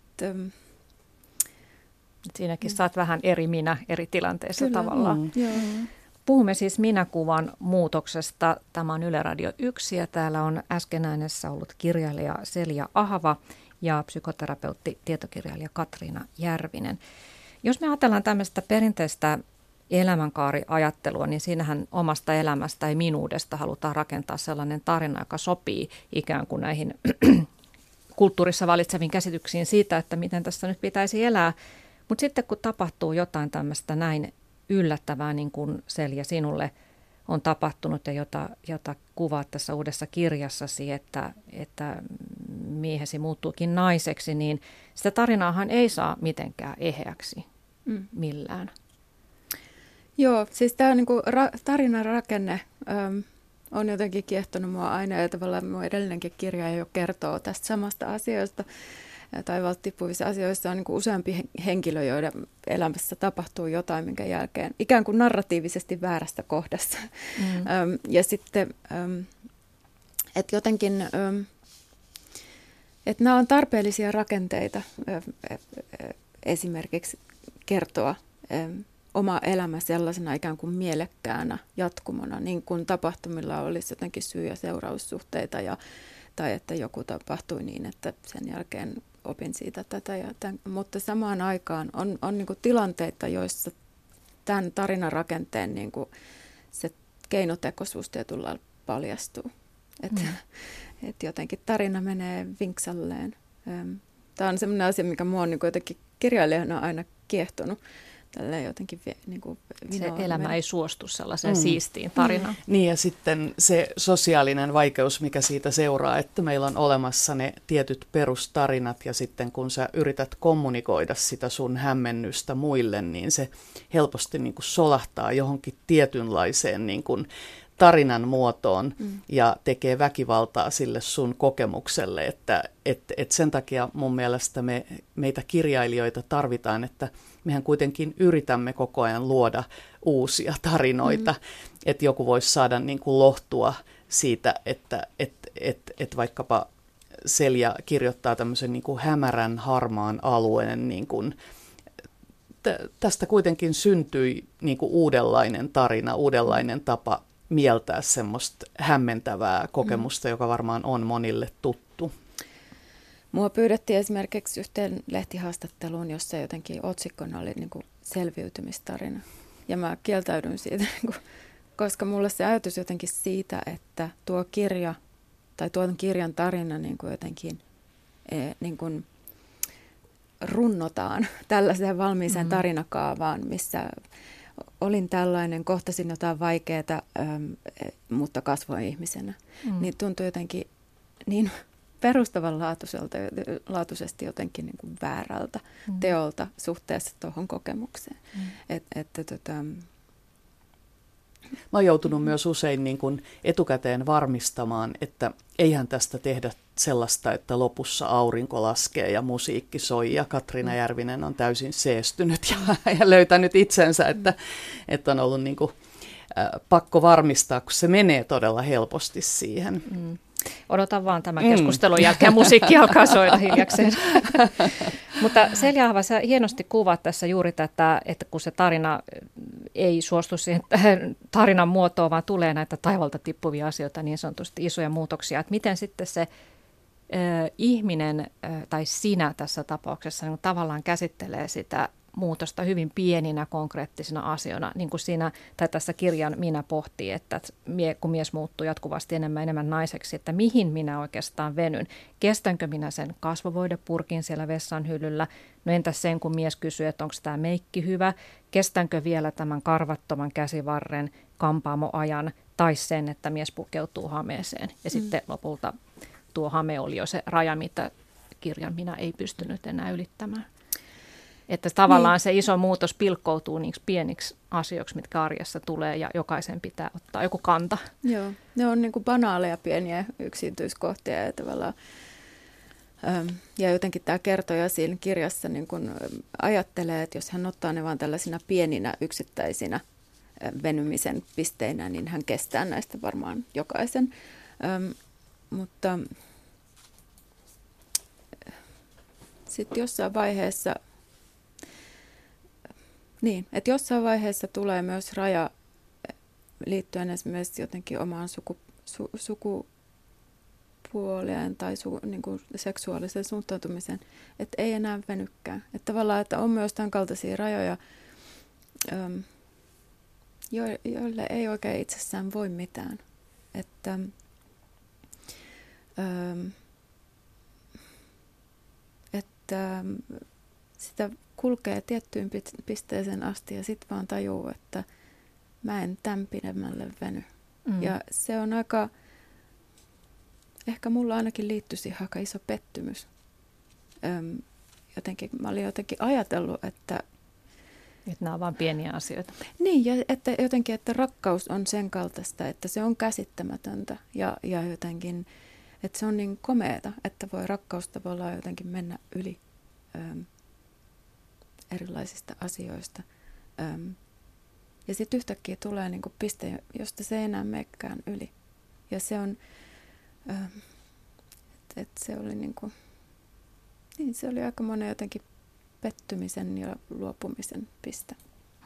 siinäkin saat vähän eri minä eri tilanteissa kyllä, tavallaan. Puhumme siis minäkuvan muutoksesta. Tämä on Yle Radio 1 ja täällä on äsken äänessä ollut kirjailija Selja Ahava ja psykoterapeutti, tietokirjailija Katriina Järvinen. Jos me ajatellaan tämmöistä perinteistä elämänkaariajattelua, niin siinähän omasta elämästä ja minuudesta halutaan rakentaa sellainen tarina, joka sopii ikään kuin näihin kulttuurissa valitseviin käsityksiin siitä, että miten tässä nyt pitäisi elää. Mutta sitten kun tapahtuu jotain tämmöistä näin yllättävää, niin kuin Selja sinulle on tapahtunut ja jota kuvaat tässä uudessa kirjassasi, että miehesi muuttuukin naiseksi, niin sitä tarinaahan ei saa mitenkään eheäksi millään. Joo, siis tämä niinku tarinan rakenne on jotenkin kiehtonut mua aina ja tavallaan minun edellinenkin kirja jo kertoo tästä samasta asiasta. Taivaalta tippuvissa asioissa on niinku useampi henkilö, joiden elämässä tapahtuu jotain, minkä jälkeen ikään kuin narratiivisesti väärästä kohdassa. Ja sitten, että jotenkin, että nämä on tarpeellisia rakenteita esimerkiksi kertoa oma elämä sellaisena ikään kuin mielekkäänä jatkumona, niin kuin tapahtumilla olisi jotenkin syy- ja seuraussuhteita, tai että joku tapahtui niin, että sen jälkeen opin siitä tätä. Mutta samaan aikaan on niin kuin tilanteita, joissa tämän tarinan rakenteen niin kuin se keinotekoisuus tietyllä lailla paljastuu. Että jotenkin tarina menee vinksalleen. Tämä on sellainen asia, mikä minua on niin kuin jotenkin kirjailijana aina kiehtonut. Jotenkin, niin kuin se elämä ei suostu sellaiseen siistiin tarinaan. Niin ja sitten se sosiaalinen vaikeus, mikä siitä seuraa, että meillä on olemassa ne tietyt perustarinat ja sitten kun sä yrität kommunikoida sitä sun hämmennystä muille, niin se helposti niin kuin solahtaa johonkin tietynlaiseen niin kuin tarinan muotoon ja tekee väkivaltaa sille sun kokemukselle, että sen takia mun mielestä meitä kirjailijoita tarvitaan, että mehän kuitenkin yritämme koko ajan luoda uusia tarinoita, että joku voisi saada niin kuin lohtua siitä, että vaikkapa Selja kirjoittaa tämmöisen niin kuin hämärän harmaan alueen, niin kuin, tästä kuitenkin syntyi niin kuin uudenlainen tarina, uudenlainen tapa mieltää semmoista hämmentävää kokemusta, joka varmaan on monille tuttu. Mua pyydettiin esimerkiksi yhteen lehtihaastatteluun, jossa jotenkin otsikkona oli niin kuin selviytymistarina. Ja mä kieltäydyn siitä, koska mulle se ajatus jotenkin siitä, että tuo kirja tai tuon kirjan tarina niin kuin jotenkin niin kuin, runnotaan tällaiseen valmiiseen tarinakaavaan, missä olin tällainen, kohtasin jotain vaikeaa, mutta kasvoin ihmisenä. Niin tuntui jotenkin niin perustavanlaatuisesti jotenkin niin kuin väärältä teolta suhteessa tuohon kokemukseen. Mä oon joutunut myös usein niin kuin etukäteen varmistamaan, että eihän tästä tehdä sellaista, että lopussa aurinko laskee ja musiikki soi ja Katriina Järvinen on täysin seestynyt ja löytänyt itsensä, että on ollut niin kuin, pakko varmistaa, kun se menee todella helposti siihen. Odotan vaan tämän keskustelun jälkeen, musiikki alkaa soida hiljakseen. Mutta Selja Ahva, sä hienosti kuvaat tässä juuri tätä, että kun se tarina ei suostu siihen tarinan muotoon, vaan tulee näitä taivalta tippuvia asioita, niin sanotusti isoja muutoksia. Että miten sitten se ihminen tai sinä tässä tapauksessa niin tavallaan käsittelee sitä muutosta hyvin pieninä konkreettisina asioina, niin kuin siinä tai tässä kirjan Minä pohtii, että kun mies muuttuu jatkuvasti enemmän naiseksi, että mihin minä oikeastaan venyn. Kestänkö minä sen kasvovoidepurkin siellä vessan hyllyllä? No entäs sen, kun mies kysyy, että onko tämä meikki hyvä? Kestänkö vielä tämän karvattoman käsivarren kampaamoajan tai sen, että mies pukeutuu hameeseen? Ja sitten lopulta tuo hame oli jo se raja, mitä kirjan Minä ei pystynyt enää ylittämään. Että tavallaan se iso muutos pilkkoutuu niiksi pieniksi asioiksi, mitkä arjessa tulee ja jokaisen pitää ottaa joku kanta. Joo, ne on niin kuin banaaleja pieniä yksityiskohtia ja tavallaan ja jotenkin tämä kertoja siinä kirjassa niin kun ajattelee, että jos hän ottaa ne vain tällaisina pieninä yksittäisinä venymisen pisteinä, niin hän kestää näistä varmaan jokaisen. Mutta sitten jossain vaiheessa jossain vaiheessa tulee myös raja liittyen esimerkiksi jotenkin omaan sukupuoleen tai niin kuin seksuaaliseen suuntautumiseen, että ei enää venykään. Että tavallaan, että on myös tämän kaltaisia rajoja, joille ei oikein itsessään voi mitään. Että sitä kulkee tiettyyn pisteeseen asti ja sitten vaan tajuu, että mä en tämän pidemmälle veny. Ja se on ehkä mulla ainakin liittyy siihen aika iso pettymys. Mä olin jotenkin ajatellut, että nämä on vain pieniä asioita. Niin, ja että jotenkin, että rakkaus on sen kaltaista, että se on käsittämätöntä ja jotenkin, että se on niin komeeta, että voi rakkaus tavallaan jotenkin mennä yli erilaisista asioista. Ja sitten yhtäkkiä tulee niinku piste, josta se ei enää menekään yli. Ja se on, että se oli niinku, niin se oli aika monen jotenkin pettymisen ja luopumisen piste.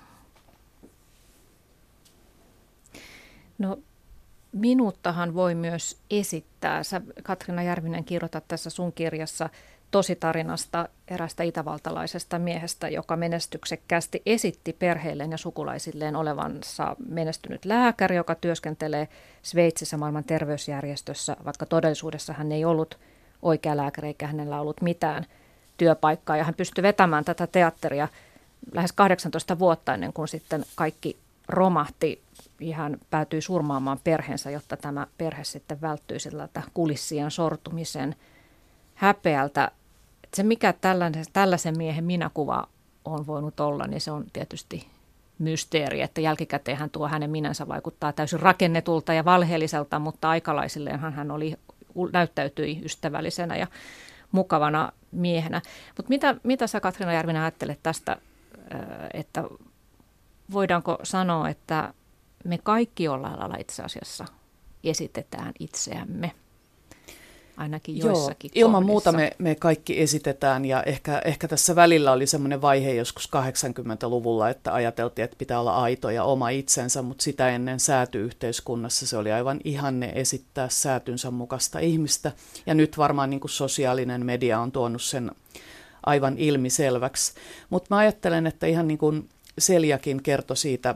No minuuttahan voi myös esittää. Sä, Katriina Järvinen, kirjoitat tässä sun kirjassa tositarinasta erästä itävaltalaisesta miehestä, joka menestyksekkäästi esitti perheilleen ja sukulaisilleen olevansa menestynyt lääkäri, joka työskentelee Sveitsissä maailman terveysjärjestössä, vaikka todellisuudessa hän ei ollut oikea lääkäri eikä hänellä ollut mitään työpaikkaa. Ja hän pystyi vetämään tätä teatteria lähes 18 vuotta ennen kuin sitten kaikki romahti. Hän päätyi surmaamaan perheensä, jotta tämä perhe sitten välttyi siltä kulissien sortumisen häpeältä. Että se, mikä tällaisen miehen minäkuva on voinut olla, niin se on tietysti mysteeri, että jälkikäteenhän tuo hänen minänsä vaikuttaa täysin rakennetulta ja valheelliselta, mutta aikalaisilleenhan hän näyttäytyi ystävällisenä ja mukavana miehenä. Mutta mitä sä, Katriina Järvinen, ajattelet tästä, että voidaanko sanoa, että me kaikki jollain lailla itse asiassa esitetään itseämme? Ainakin joissakin kohdissa. Ilman muuta me kaikki esitetään ja ehkä tässä välillä oli semmoinen vaihe joskus 80-luvulla, että ajateltiin, että pitää olla aito ja oma itsensä, mutta sitä ennen sääty-yhteiskunnassa se oli aivan ihanne esittää säätynsä mukaista ihmistä. Ja nyt varmaan niin kuin sosiaalinen media on tuonut sen aivan ilmiselväksi. Mutta mä ajattelen, että ihan niin kuin Seljakin kertoi siitä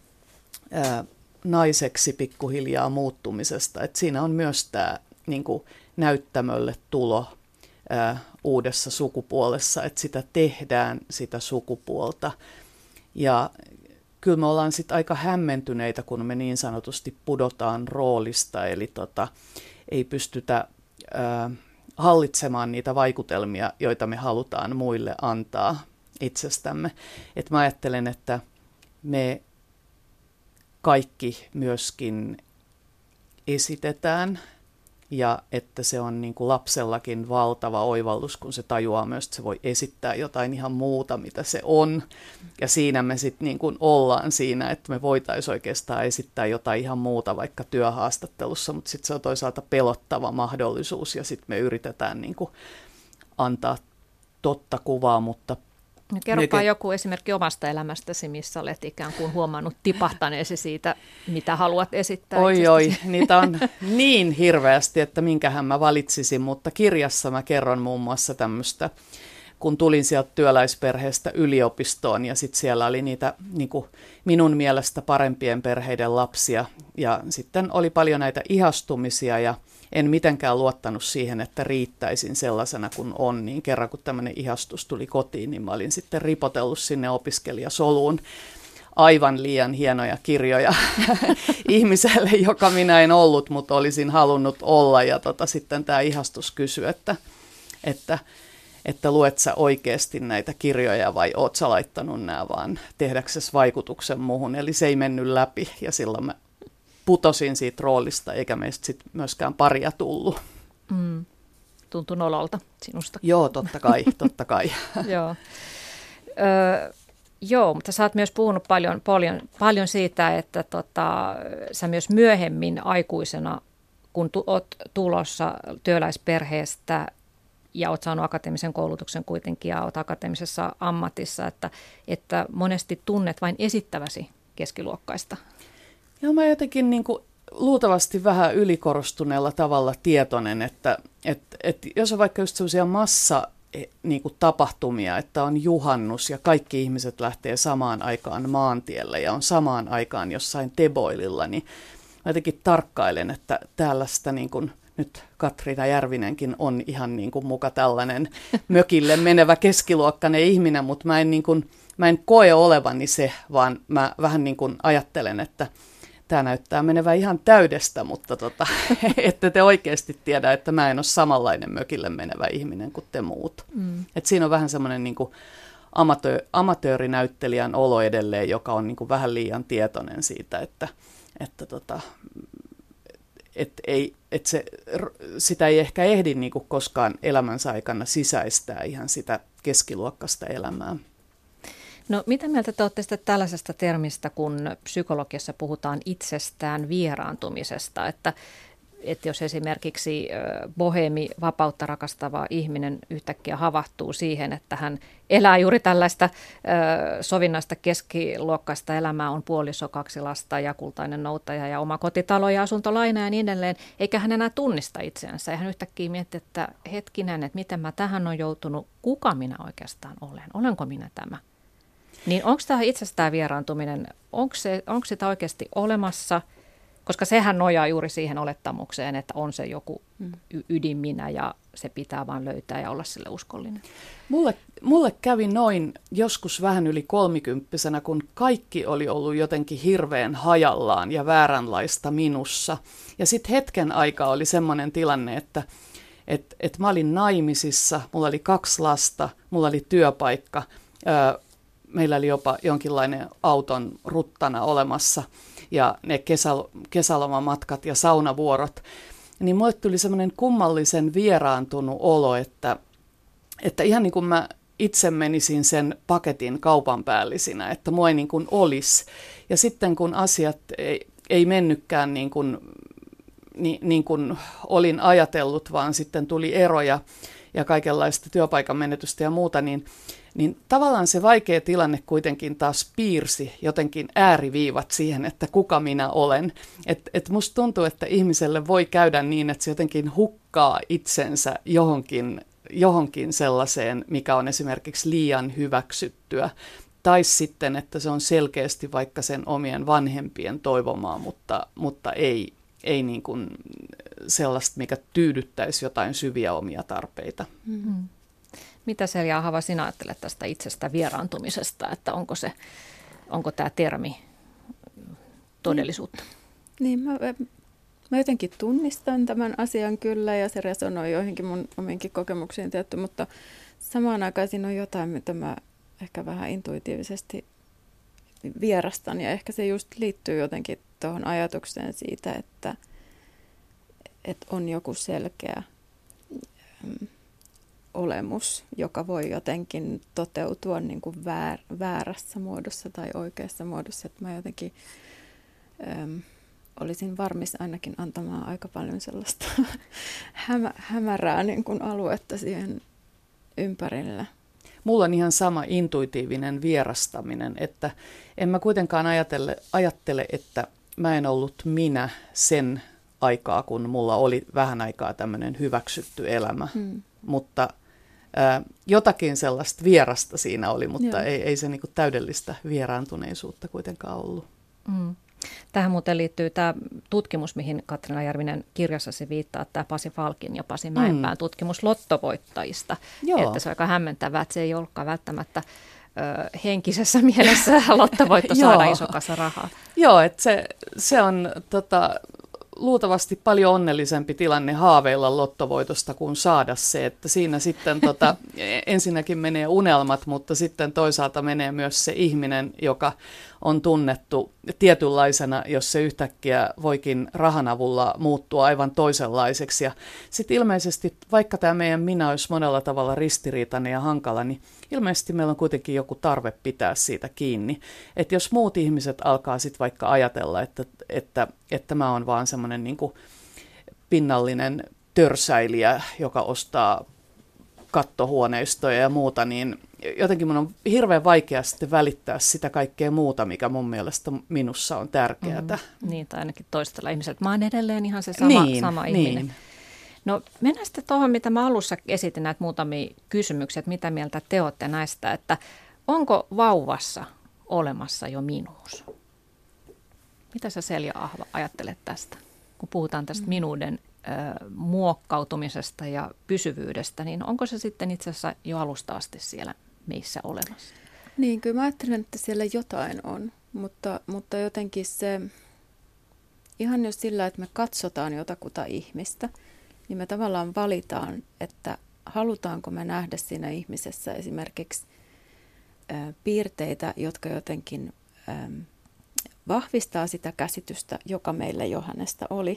naiseksi pikkuhiljaa muuttumisesta, että siinä on myös tämä niin kuin näyttämölle tulo, uudessa sukupuolessa, että sitä tehdään sitä sukupuolta. Ja kyllä me ollaan sitten aika hämmentyneitä, kun me niin sanotusti pudotaan roolista, eli ei pystytä hallitsemaan niitä vaikutelmia, joita me halutaan muille antaa itsestämme. Et mä ajattelen, että me kaikki myöskin esitetään ja että se on niin kuin lapsellakin valtava oivallus, kun se tajuaa myös, että se voi esittää jotain ihan muuta, mitä se on. Ja siinä me sitten niin kuin ollaan siinä, että me voitaisiin oikeastaan esittää jotain ihan muuta vaikka työhaastattelussa, mutta sitten se on toisaalta pelottava mahdollisuus ja sitten me yritetään niin kuin antaa totta kuvaa, mutta kerropa joku esimerkki omasta elämästäsi, missä olet ikään kuin huomannut tipahtaneesi siitä, mitä haluat esittää Oi, niitä on niin hirveästi, että minkähän mä valitsisin, mutta kirjassa mä kerron muun muassa tämmöistä, kun tulin sieltä työläisperheestä yliopistoon ja sitten siellä oli niitä niin kuin minun mielestä parempien perheiden lapsia ja sitten oli paljon näitä ihastumisia ja en mitenkään luottanut siihen, että riittäisin sellaisena kuin on, niin kerran kun tämmöinen ihastus tuli kotiin, niin mä olin sitten ripotellut sinne opiskelijasoluun aivan liian hienoja kirjoja ihmiselle, joka minä en ollut, mutta olisin halunnut olla. Ja sitten tämä ihastus kysyi, että luet sä oikeasti näitä kirjoja vai oot sä laittanut nämä vaan tehdäksesi vaikutuksen muuhun. Eli se ei mennyt läpi ja silloin mä putosin siitä roolista, eikä meistä sit myöskään paria tullut. Tuntui nololta sinusta. Joo, totta kai. Joo, mutta sä oot myös puhunut paljon siitä, että sä myös myöhemmin aikuisena, kun oot tulossa työläisperheestä ja oot saanut akateemisen koulutuksen kuitenkin ja oot akateemisessa ammatissa, että monesti tunnet vain esittäväsi keskiluokkaista. Joo, mä jotenkin niin kuin luultavasti vähän ylikorostuneella tavalla tietoinen, että jos on vaikka just sellaisia niin kuin tapahtumia, että on juhannus ja kaikki ihmiset lähtee samaan aikaan maantielle ja on samaan aikaan jossain Teboililla, niin mä jotenkin tarkkailen, että tällaista niin kuin nyt Katriina Järvinenkin on ihan niin kuin muka tällainen mökille menevä keskiluokkainen ihminen, mutta mä en koe olevani se, vaan mä vähän niin kuin ajattelen, että tämä näyttää menevän ihan täydestä, mutta ette te oikeasti tiedä, että mä en ole samanlainen mökille menevä ihminen kuin te muut. Et siinä on vähän semmoinen niin kuin amatöörinäyttelijän olo edelleen, joka on niin kuin vähän liian tietoinen siitä, että sitä ei ehkä ehdi niin kuin koskaan elämänsä aikana sisäistää ihan sitä keskiluokkaista elämää. No mitä mieltä te olette sitten tällaisesta termistä, kun psykologiassa puhutaan itsestään vieraantumisesta, että jos esimerkiksi boheemi, vapautta rakastava ihminen yhtäkkiä havahtuu siihen, että hän elää juuri tällaista sovinnaista keskiluokkaista elämää, on puoliso, 2 lasta ja kultainen noutaja ja oma kotitalo ja asuntolaina ja niin edelleen, eikä hän enää tunnista itseänsä. Ja hän yhtäkkiä miettii, että hetkinen, että miten mä tähän on joutunut, kuka minä oikeastaan olen, olenko minä tämä? Niin onko tämä itsestään vieraantuminen, onko sitä oikeasti olemassa, koska sehän nojaa juuri siihen olettamukseen, että on se joku ydinminä ja se pitää vaan löytää ja olla sille uskollinen. Mulle kävi noin joskus vähän yli 30-vuotiaana, kun kaikki oli ollut jotenkin hirveän hajallaan ja vääränlaista minussa. Ja sitten hetken aikaa oli semmoinen tilanne, että mä olin naimisissa, mulla oli 2 lasta, mulla oli työpaikka, meillä oli jopa jonkinlainen auton ruttana olemassa ja ne kesälomamatkat ja saunavuorot. Niin mulle tuli semmoinen kummallisen vieraantunut olo, että ihan niin kuin mä itse menisin sen paketin kaupanpäällisinä, että mua ei niin kuin olisi. Ja sitten kun asiat ei mennytkään niin kuin olin ajatellut, vaan sitten tuli eroja ja kaikenlaista työpaikan menetystä ja muuta, niin tavallaan se vaikea tilanne kuitenkin taas piirsi jotenkin ääriviivat siihen, että kuka minä olen. Et musta tuntuu, että ihmiselle voi käydä niin, että se jotenkin hukkaa itsensä johonkin sellaiseen, mikä on esimerkiksi liian hyväksyttyä. Tai sitten, että se on selkeästi vaikka sen omien vanhempien toivomaa, mutta ei niin kuin sellaista, mikä tyydyttäisi jotain syviä omia tarpeita. Mm. Mitä Selja Ahava sinä ajattelet tästä itsestä vieraantumisesta, että onko tämä termi todellisuutta? Niin, mä jotenkin tunnistan tämän asian kyllä ja se resonoi joihinkin mun omiinkin kokemuksiin tietty, mutta samaan aikaan siinä on jotain, mitä mä ehkä vähän intuitiivisesti vierastan ja ehkä se just liittyy jotenkin tuohon ajatukseen siitä, että on joku selkeä olemus, joka voi jotenkin toteutua niin kuin väärässä muodossa tai oikeassa muodossa. Että mä jotenkin olisin varmis ainakin antamaan aika paljon sellaista hämärää niin kuin aluetta siihen ympärillä. Mulla on ihan sama intuitiivinen vierastaminen, että en mä kuitenkaan ajattele, että mä en ollut minä sen aikaa, kun mulla oli vähän aikaa tämmöinen hyväksytty elämä. Mutta jotakin sellaista vierasta siinä oli, mutta ei se niinku täydellistä vieraantuneisuutta kuitenkaan ollut. Tähän muuten liittyy tämä tutkimus, mihin Katriina Järvinen kirjassasi viittaa, tämä Pasi Falkin ja Pasi Mäenpään tutkimus lottovoittajista. Että se on aika hämmentävää, että se ei ollutkaan välttämättä henkisessä mielessä lottovoitto saada iso kasa rahaa. Joo, että se on luultavasti paljon onnellisempi tilanne haaveilla lottovoitosta kuin saada se, että siinä sitten ensinnäkin menee unelmat, mutta sitten toisaalta menee myös se ihminen, joka on tunnettu tietynlaisena, jos se yhtäkkiä voikin rahan avulla muuttua aivan toisenlaiseksi. Ja sitten ilmeisesti, vaikka tämä meidän minä olisi monella tavalla ristiriitainen ja hankala, niin ilmeisesti meillä on kuitenkin joku tarve pitää siitä kiinni. Että jos muut ihmiset alkaa sitten vaikka ajatella, että mä oon vaan semmoinen niin kuin pinnallinen törsäilijä, joka ostaa kattohuoneistoja ja muuta, niin jotenkin mun on hirveän vaikea sitten välittää sitä kaikkea muuta, mikä mun mielestä minussa on tärkeää. Niin, tai ainakin toistella ihmiseltä. Mä oon edelleen ihan se sama ihminen. Niin. No mennään sitten tuohon, mitä mä alussa esitin, näitä muutamia kysymyksiä, että mitä mieltä te olette näistä, että onko vauvassa olemassa jo minuus? Mitä sä Selja Ahava ajattelet tästä? Kun puhutaan tästä minuuden muokkautumisesta ja pysyvyydestä, niin onko se sitten itse asiassa jo alusta asti siellä meissä olemassa? Niin, kyllä mä ajattelen, että siellä jotain on, mutta jotenkin se, ihan jos sillä, että me katsotaan jotakuta ihmistä, niin me tavallaan valitaan, että halutaanko me nähdä siinä ihmisessä esimerkiksi piirteitä, jotka jotenkin vahvistaa sitä käsitystä, joka meillä jo hänestä oli,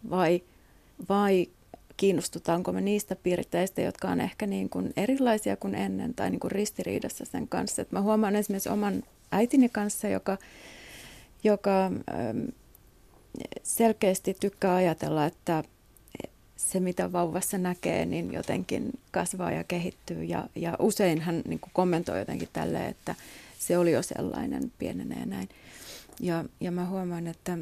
vai kiinnostutaanko me niistä piirteistä, jotka on ehkä niin kuin erilaisia kuin ennen tai niin kuin ristiriidassa sen kanssa. Et mä huomaan esimerkiksi oman äitini kanssa, joka selkeästi tykkää ajatella, että se mitä vauvassa näkee, niin jotenkin kasvaa ja kehittyy. Ja usein hän niin kuin kommentoi jotenkin tälleen, että se oli jo sellainen, pienenee näin. Ja mä huomaan, että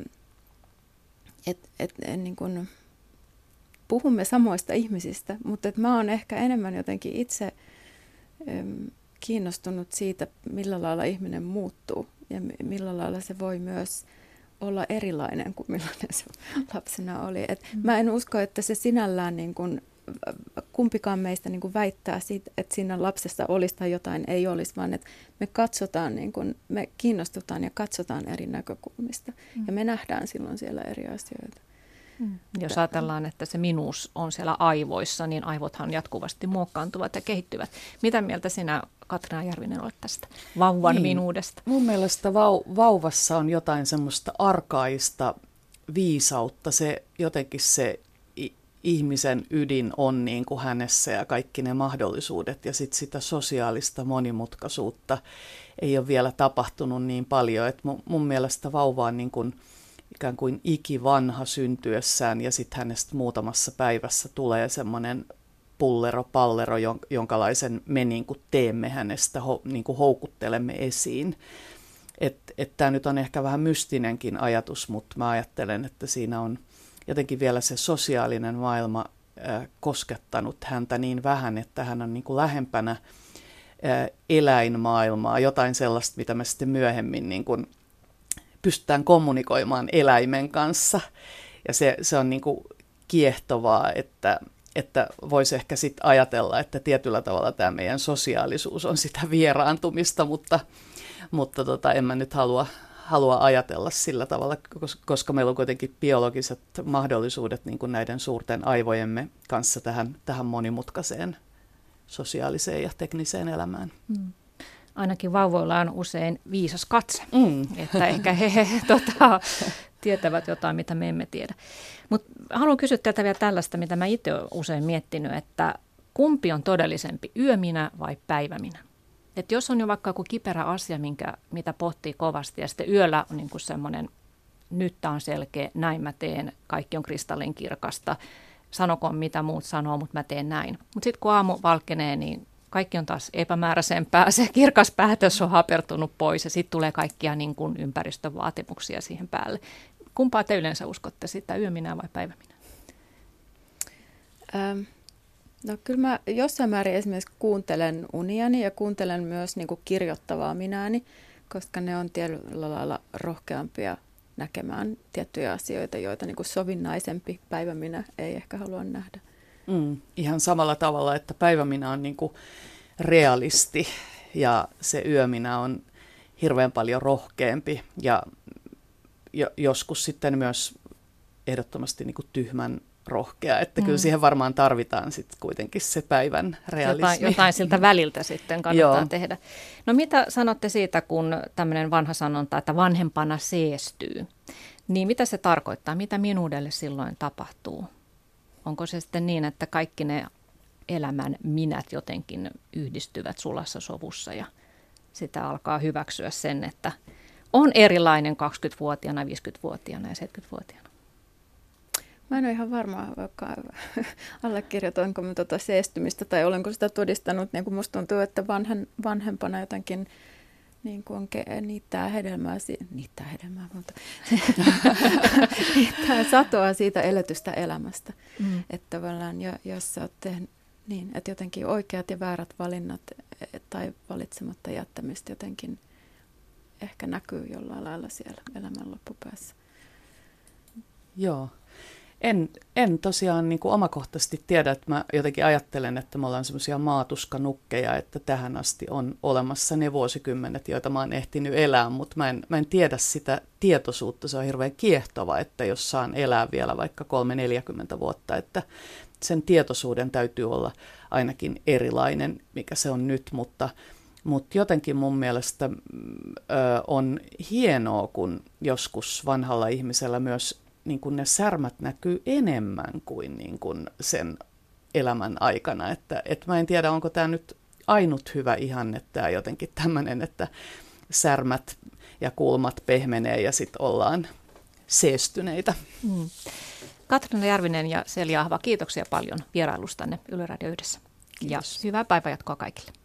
niin kuin puhumme samoista ihmisistä, mutta että mä oon ehkä enemmän jotenkin itse kiinnostunut siitä, millä lailla ihminen muuttuu ja millä lailla se voi myös olla erilainen kuin millainen se lapsena oli. Mä en usko, että se sinällään niin kuin, kumpikaan meistä niin kuin väittää siitä, että siinä lapsessa olisi tai jotain ei olisi, vaan että me katsotaan, niin kuin, me kiinnostutaan ja katsotaan eri näkökulmista ja me nähdään silloin siellä eri asioita. Jos ajatellaan, että se minuus on siellä aivoissa, niin aivothan jatkuvasti muokkaantuvat ja kehittyvät. Mitä mieltä sinä, Katriina Järvinen, olet tästä vauvan minuudesta? Mun mielestä vauvassa on jotain semmoista arkaista viisautta. Se jotenkin se ihmisen ydin on niin kuin hänessä ja kaikki ne mahdollisuudet. Ja sitten sitä sosiaalista monimutkaisuutta ei ole vielä tapahtunut niin paljon. Et mun mielestä vauva on niin kuin ikään kuin ikivanha syntyessään ja sitten hänestä muutamassa päivässä tulee semmoinen pallero, jonkalaisen me niin kuin teemme hänestä, niin kuin houkuttelemme esiin. Tämä nyt on ehkä vähän mystinenkin ajatus, mutta mä ajattelen, että siinä on jotenkin vielä se sosiaalinen maailma koskettanut häntä niin vähän, että hän on niin kuin lähempänä eläinmaailmaa, jotain sellaista, mitä me sitten myöhemmin niin kuin pystytään kommunikoimaan eläimen kanssa. Ja se on niin kuin kiehtovaa, että voisi ehkä sitten ajatella, että tietyllä tavalla tämä meidän sosiaalisuus on sitä vieraantumista, mutta en mä nyt halua ajatella sillä tavalla, koska meillä on kuitenkin biologiset mahdollisuudet niin kuin näiden suurten aivojemme kanssa tähän monimutkaiseen sosiaaliseen ja tekniseen elämään. Ainakin vauvoilla on usein viisas katse, että ehkä he tietävät jotain, mitä me emme tiedä. Mutta haluan kysyä teiltä vielä tällaista, mitä mä itse olen usein miettinyt, että kumpi on todellisempi, yöminä vai päiväminä? Että jos on jo vaikka joku kiperä asia, mitä pohtii kovasti ja sitten yöllä on niin kuin semmoinen, nyt tämä on selkeä, näin mä teen, kaikki on kristallinkirkasta, sanokoon mitä muut sanoo, mutta mä teen näin. Mutta sitten kun aamu valkenee, niin kaikki on taas epämääräisempää, se kirkas päätös on hapertunut pois ja sitten tulee kaikkia niin kuin ympäristövaatimuksia siihen päälle. Kumpaa te yleensä uskotte, sitä yöminä vai päiväminä? No kyllä mä jossain määrin esimerkiksi kuuntelen uniani ja kuuntelen myös niin kuin kirjoittavaa minääni, koska ne on tietyllä lailla rohkeampia näkemään tiettyjä asioita, joita niin kuin sovinnaisempi päiväminä ei ehkä halua nähdä. Ihan samalla tavalla, että päiväminä on niin kuin realisti ja se yöminä on hirveän paljon rohkeampi ja joskus sitten myös ehdottomasti niin kuin tyhmän rohkea, että kyllä siihen varmaan tarvitaan sitten kuitenkin se päivän realismi. Jotain siltä väliltä sitten kannattaa tehdä. No mitä sanotte siitä, kun tämmöinen vanha sanonta, että vanhempana seestyy, niin mitä se tarkoittaa? Mitä minuudelle silloin tapahtuu? Onko se sitten niin, että kaikki ne elämän minät jotenkin yhdistyvät sulassa sovussa ja sitä alkaa hyväksyä sen, että on erilainen 20-vuotiaana, 50-vuotiaana ja 70-vuotiaana? Mä en ole ihan varma, vaikka allekirjoitanko mä seestymistä tai olenko sitä todistanut. Niin kuin musta tuntuu, että vanhempana jotenkin niin kuin niittää hedelmää, mutta niittää satoa siitä eletystä elämästä. Että tavallaan jos sä oot tehnyt niin, että jotenkin oikeat ja väärät valinnat tai valitsematta jättämistä jotenkin ehkä näkyy jollain lailla siellä elämän loppupäässä. Joo. En tosiaan niin kuin omakohtaisesti tiedä, että mä jotenkin ajattelen, että me ollaan semmoisia maatuskanukkeja, että tähän asti on olemassa ne vuosikymmenet, joita mä oon ehtinyt elää, mutta mä en tiedä sitä tietoisuutta. Se on hirveän kiehtova, että jos saan elää vielä vaikka 30-40 vuotta, että sen tietoisuuden täytyy olla ainakin erilainen, mikä se on nyt, mutta jotenkin mun mielestä on hienoa, kun joskus vanhalla ihmisellä myös niin kuin ne särmät näkyy enemmän kuin, niin kuin sen elämän aikana. Että mä en tiedä, onko tämä nyt ainut hyvä ihanne, tämä jotenkin tämmöinen, että särmät ja kulmat pehmenee ja sitten ollaan seestyneitä. Katriina Järvinen ja Selja Ahva, kiitoksia paljon vierailustanne Yle Radio Yhdessä. Kiitos. Ja hyvää päivänjatkoa kaikille.